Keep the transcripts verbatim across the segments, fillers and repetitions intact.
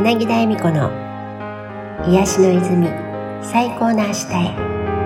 柳田恵美子の癒しの泉、最高の明日へ。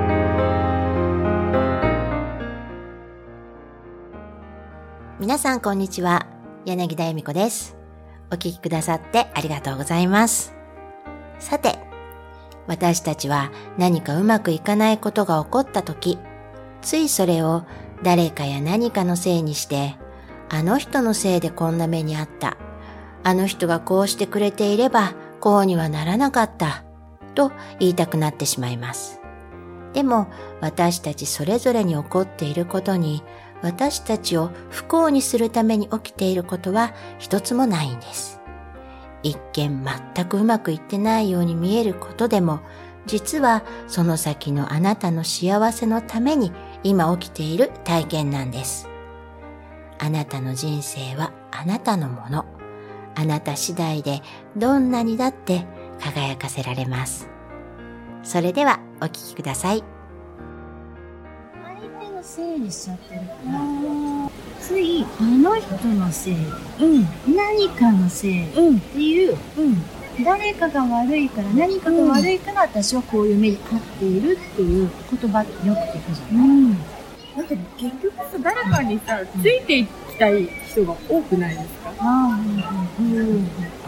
皆さんこんにちは、柳田恵美子です。お聞きくださってありがとうございます。さて、私たちは何かうまくいかないことが起こったとき、ついそれを誰かや何かのせいにして、あの人のせいでこんな目にあった。あの人がこうしてくれていればこうにはならなかったと言いたくなってしまいます。でも私たちそれぞれに起こっていることに、私たちを不幸にするために起きていることは一つもないんです。一見全くうまくいってないように見えることでも、実はその先のあなたの幸せのために今起きている体験なんです。あなたの人生はあなたのもの。あなた次第でどんなにだって輝かせられます。それではお聞きください。 相手のせいにしちゃってるから、ついあの人のせい、うん、何かのせいっていう、うんうん、誰かが悪いから何かが悪いから私はこういう目に遭っているっていう言葉ってよく聞くじゃない、うん、だって結局さ、誰かにさ、ついていきたい人が多くないですか？あー、うんうんうん、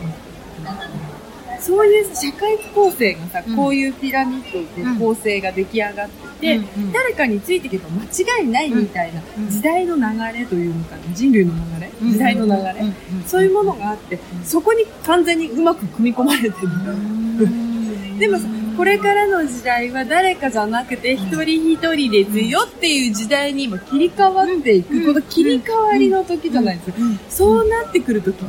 そういう社会構成がさ、うん、こういうピラミッドの構成が出来上がってて、うん、誰かについていけば間違いないみたいな時代の流れというのかな、人類の流れ、時代の流れ、そういうものがあって、そこに完全にうまく組み込まれてる。でもさ、これからの時代は誰かじゃなくて一人一人ですよっていう時代に今切り替わっていく、うん、この切り替わりの時じゃないですか、うん、そうなってくる時って、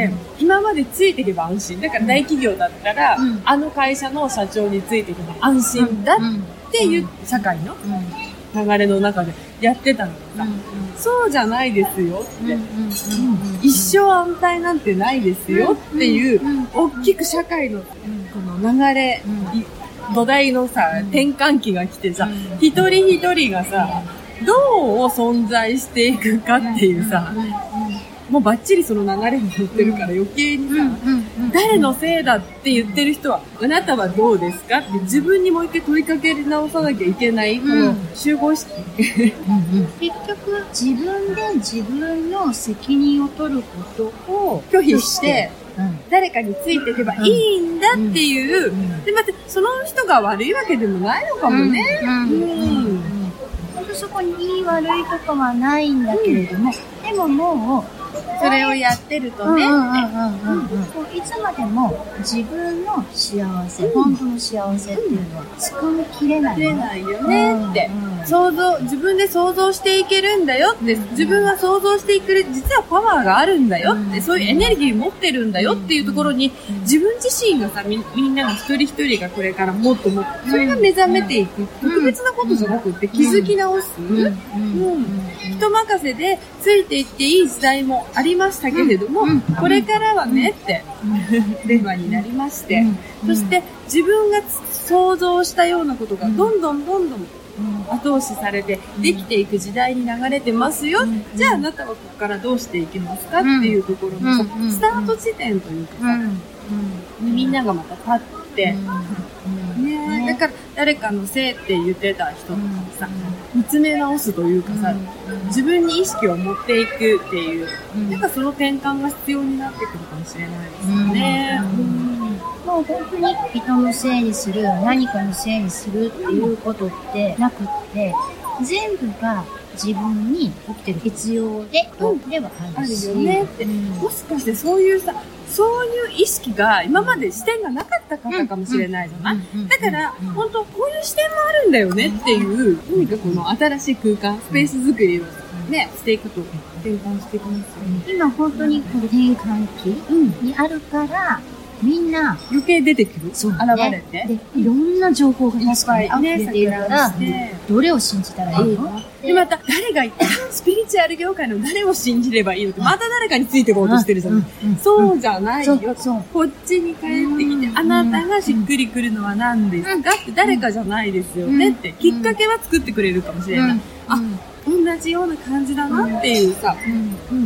うん、今までついていけば安心だから、大企業だったら、うん、あの会社の社長についていけば安心だっていう社会の流れの中でやってたのがさ、うん、そうじゃないですよって、うん、一生安泰なんてないですよっていう、大きく社会のこの流れ、うん、土台のさ、うん、転換期が来てさ、うん、一人一人がさ、どう存在していくかっていうさ、うんうんうん、もうバッチリその流れに乗ってるから余計にさ、うんうんうん、誰のせいだって言ってる人は、あなたはどうですかって自分にもう一回問いかけ直さなきゃいけない、この集合式、うん、 結局自分で自分の責任を取ることを拒否してうん、誰かについていけばいいんだっていう、うんうん、でまたその人が悪いわけでもないのかもね。 本当そこにいい悪いとかはないんだけれども、うん、でももうそれをやってるとね、 いつまでも自分の幸せ、うん、本当の幸せっていうのは掴みきれない、 ね、れないよねって、うんうん、想像自分で想像していけるんだよって、うん、自分は想像していく実はパワーがあるんだよって、うん、そういうエネルギー持ってるんだよっていうところに、うん、自分自身がさ み, みんなが一人一人がこれからもっともっとそれが目覚めていく、うん、特別なことじゃなくって気づき直す、うんうんうん、人任せでついていっていい時代もありましたけれども、うんうん、これからはねって、うん、令和になりまして、うん、そして自分が想像したようなことがどんどんどんどん後押しされてできていく時代に流れてますよ、うん、じゃああなたはここからどうしていきますかっていうところのさ、うん、スタート地点というかさ、うんうん、みんながまた立って、うんね、だから誰かのせいって言ってた人とかさ、うん、見つめ直すというかさ、うん、自分に意識を持っていくっていう、うん、なんかその転換が必要になってくるかもしれないですよね、うんうん、 もう本当に人のせいにする、何かのせいにするっていうことってなくって、全部が自分に起きてる必要で、うん、ではあるし、 あるよねって、うん、もしかしてそういうさ、そういう意識が今まで視点がなかった方かもしれないじゃない、うん、だから、うん、本当こういう視点もあるんだよねっていう、何かこの新しい空間、スペース作りをね、していくと転換していきますよね。 今本当にこの転換期にあるから、みんな余計出てくる、現れて、 でいろんな情報が確かに溢れているから、どれを信じたらいいの？ でまた誰がスピリチュアル業界の誰を信じればいいのって、また誰かについていこうとしてるじゃない、うんうん、そうじゃないよ、こっちに帰ってきて、あなたがしっくりくるのは何ですかって、誰かじゃないですよねって、きっかけは作ってくれるかもしれない、あ、同じような感じだなっていうさ、うんうん、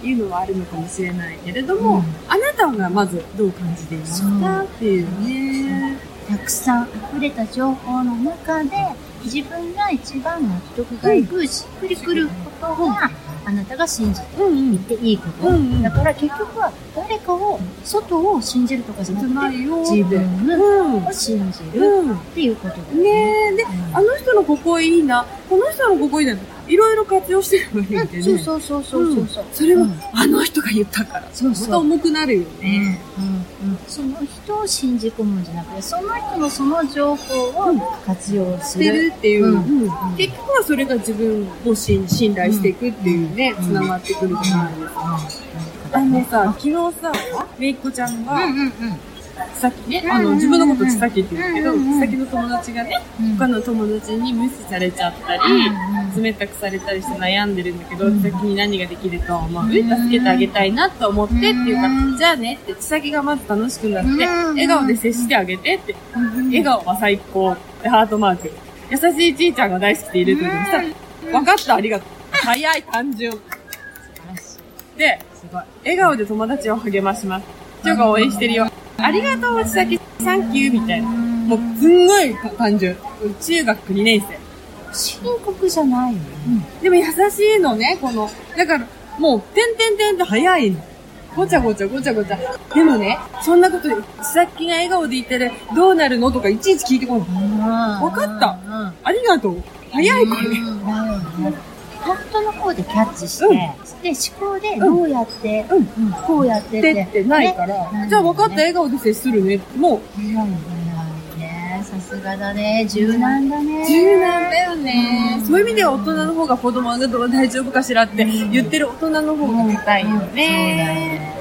いうのはあるのかもしれないけれども、 うん、 あなたがまずどう感じていますかっていうね。 たくさん溢れた情報の中で自分が一番納得がいく、しっくりくることが、あなたが信じていっていいこと、うんうん、だから結局は誰かを外を信じるとかじゃなくて自分を信じるっていうことだよね。 ねえ、で、うん、あの人のここいいな、この人のここいいな、いろいろ活用してるわけでね、うん、 そうそうそうそうそうそう、 うん、それは、うん、あの人が言ったからそうそうまた重くなるよね、 うんうんうん、その人を信じ込むんじゃなくてその人のその情報を活用する、 うん、っていう、うんうん、結局はそれが自分を信頼していくっていうね、つながってくるじゃないですか、あのさ、昨日さめいっ子ちゃんが、うんうんうん、さっきね、あの、自分のことちさきって言うけど、ちさきの友達がね、他の友達に無視されちゃったり、冷たくされたりして悩んでるんだけど、ちさきに何ができると思う？助けてあげたいなと思ってっていうか、じゃあねって、ちさきがまず楽しくなって、笑顔で接してあげてって、笑顔は最高ってハートマーク。優しいちいちゃんが大好きでいるというさ、分かった、ありがとう。早い、単純。で、笑顔で友達を励まします。ちょが応援してるよ。ありがとう、ちさき、サンキュー、みたいな。もう、すんごい単純。中学にねん生。 深刻じゃないよね。 うん。でも優しいのね、この。だから、もう、てんてんてんって早いの。ごちゃごちゃごちゃごちゃ。でもね、そんなことで、ちさきが笑顔で言ってる、どうなるのとかいちいち聞いてこない。わかった。ありがとう。早い、これ。 ハートの方でキャッチして、うん、で、思考でどうやって、うんうん、こうやってって。 ってないから、ね、じゃあ分かった、笑顔で接するね。もう。 早いね。さすがだね。柔軟だね。 柔軟だよね、うん。そういう意味では大人の方が子供がどう大丈夫かしらって言ってる大人の方が硬いよね。うんうん、そうだね。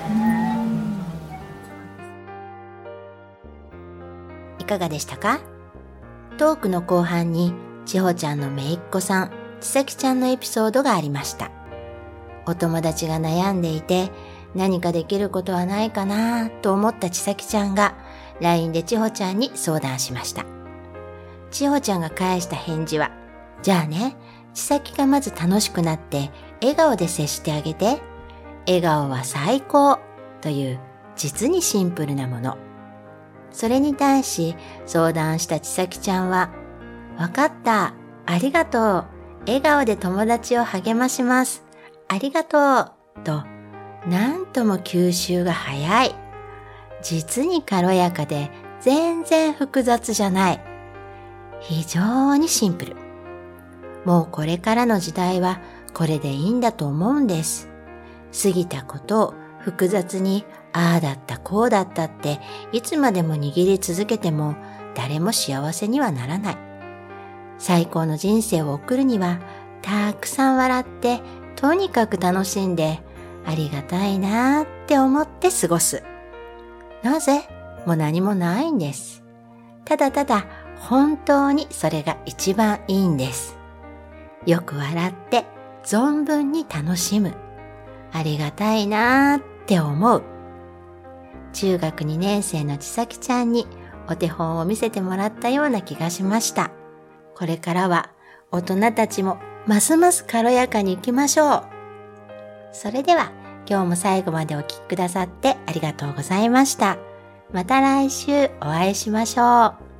いかがでしたか？トークの後半に、ちほちゃんのめいっ子さん、ちさきちゃんのエピソードがありました。お友達が悩んでいて、何かできることはないかなと思ったちさきちゃんが、ライン でちほちゃんに相談しました。ちほちゃんが返した返事は、じゃあね、ちさきがまず楽しくなって、笑顔で接してあげて、笑顔は最高という実にシンプルなもの。それに対し相談したちさきちゃんは、わかった、ありがとう、笑顔で友達を励まします、ありがとう、と、なんとも吸収が早い。実に軽やかで全然複雑じゃない。非常にシンプル。もうこれからの時代はこれでいいんだと思うんです。過ぎたことを複雑にああだったこうだったっていつまでも握り続けても誰も幸せにはならない。最高の人生を送るにはたくさん笑ってとにかく楽しんでありがたいなーって思って過ごす。なぜ？もう何もないんです。ただただ本当にそれが一番いいんです。よく笑って存分に楽しむ。ありがたいなーって思う。中学にねん生のちさきちゃんにお手本を見せてもらったような気がしました。これからは大人たちもますます軽やかに行きましょう。それでは今日も最後までお聞きくださってありがとうございました。また来週お会いしましょう。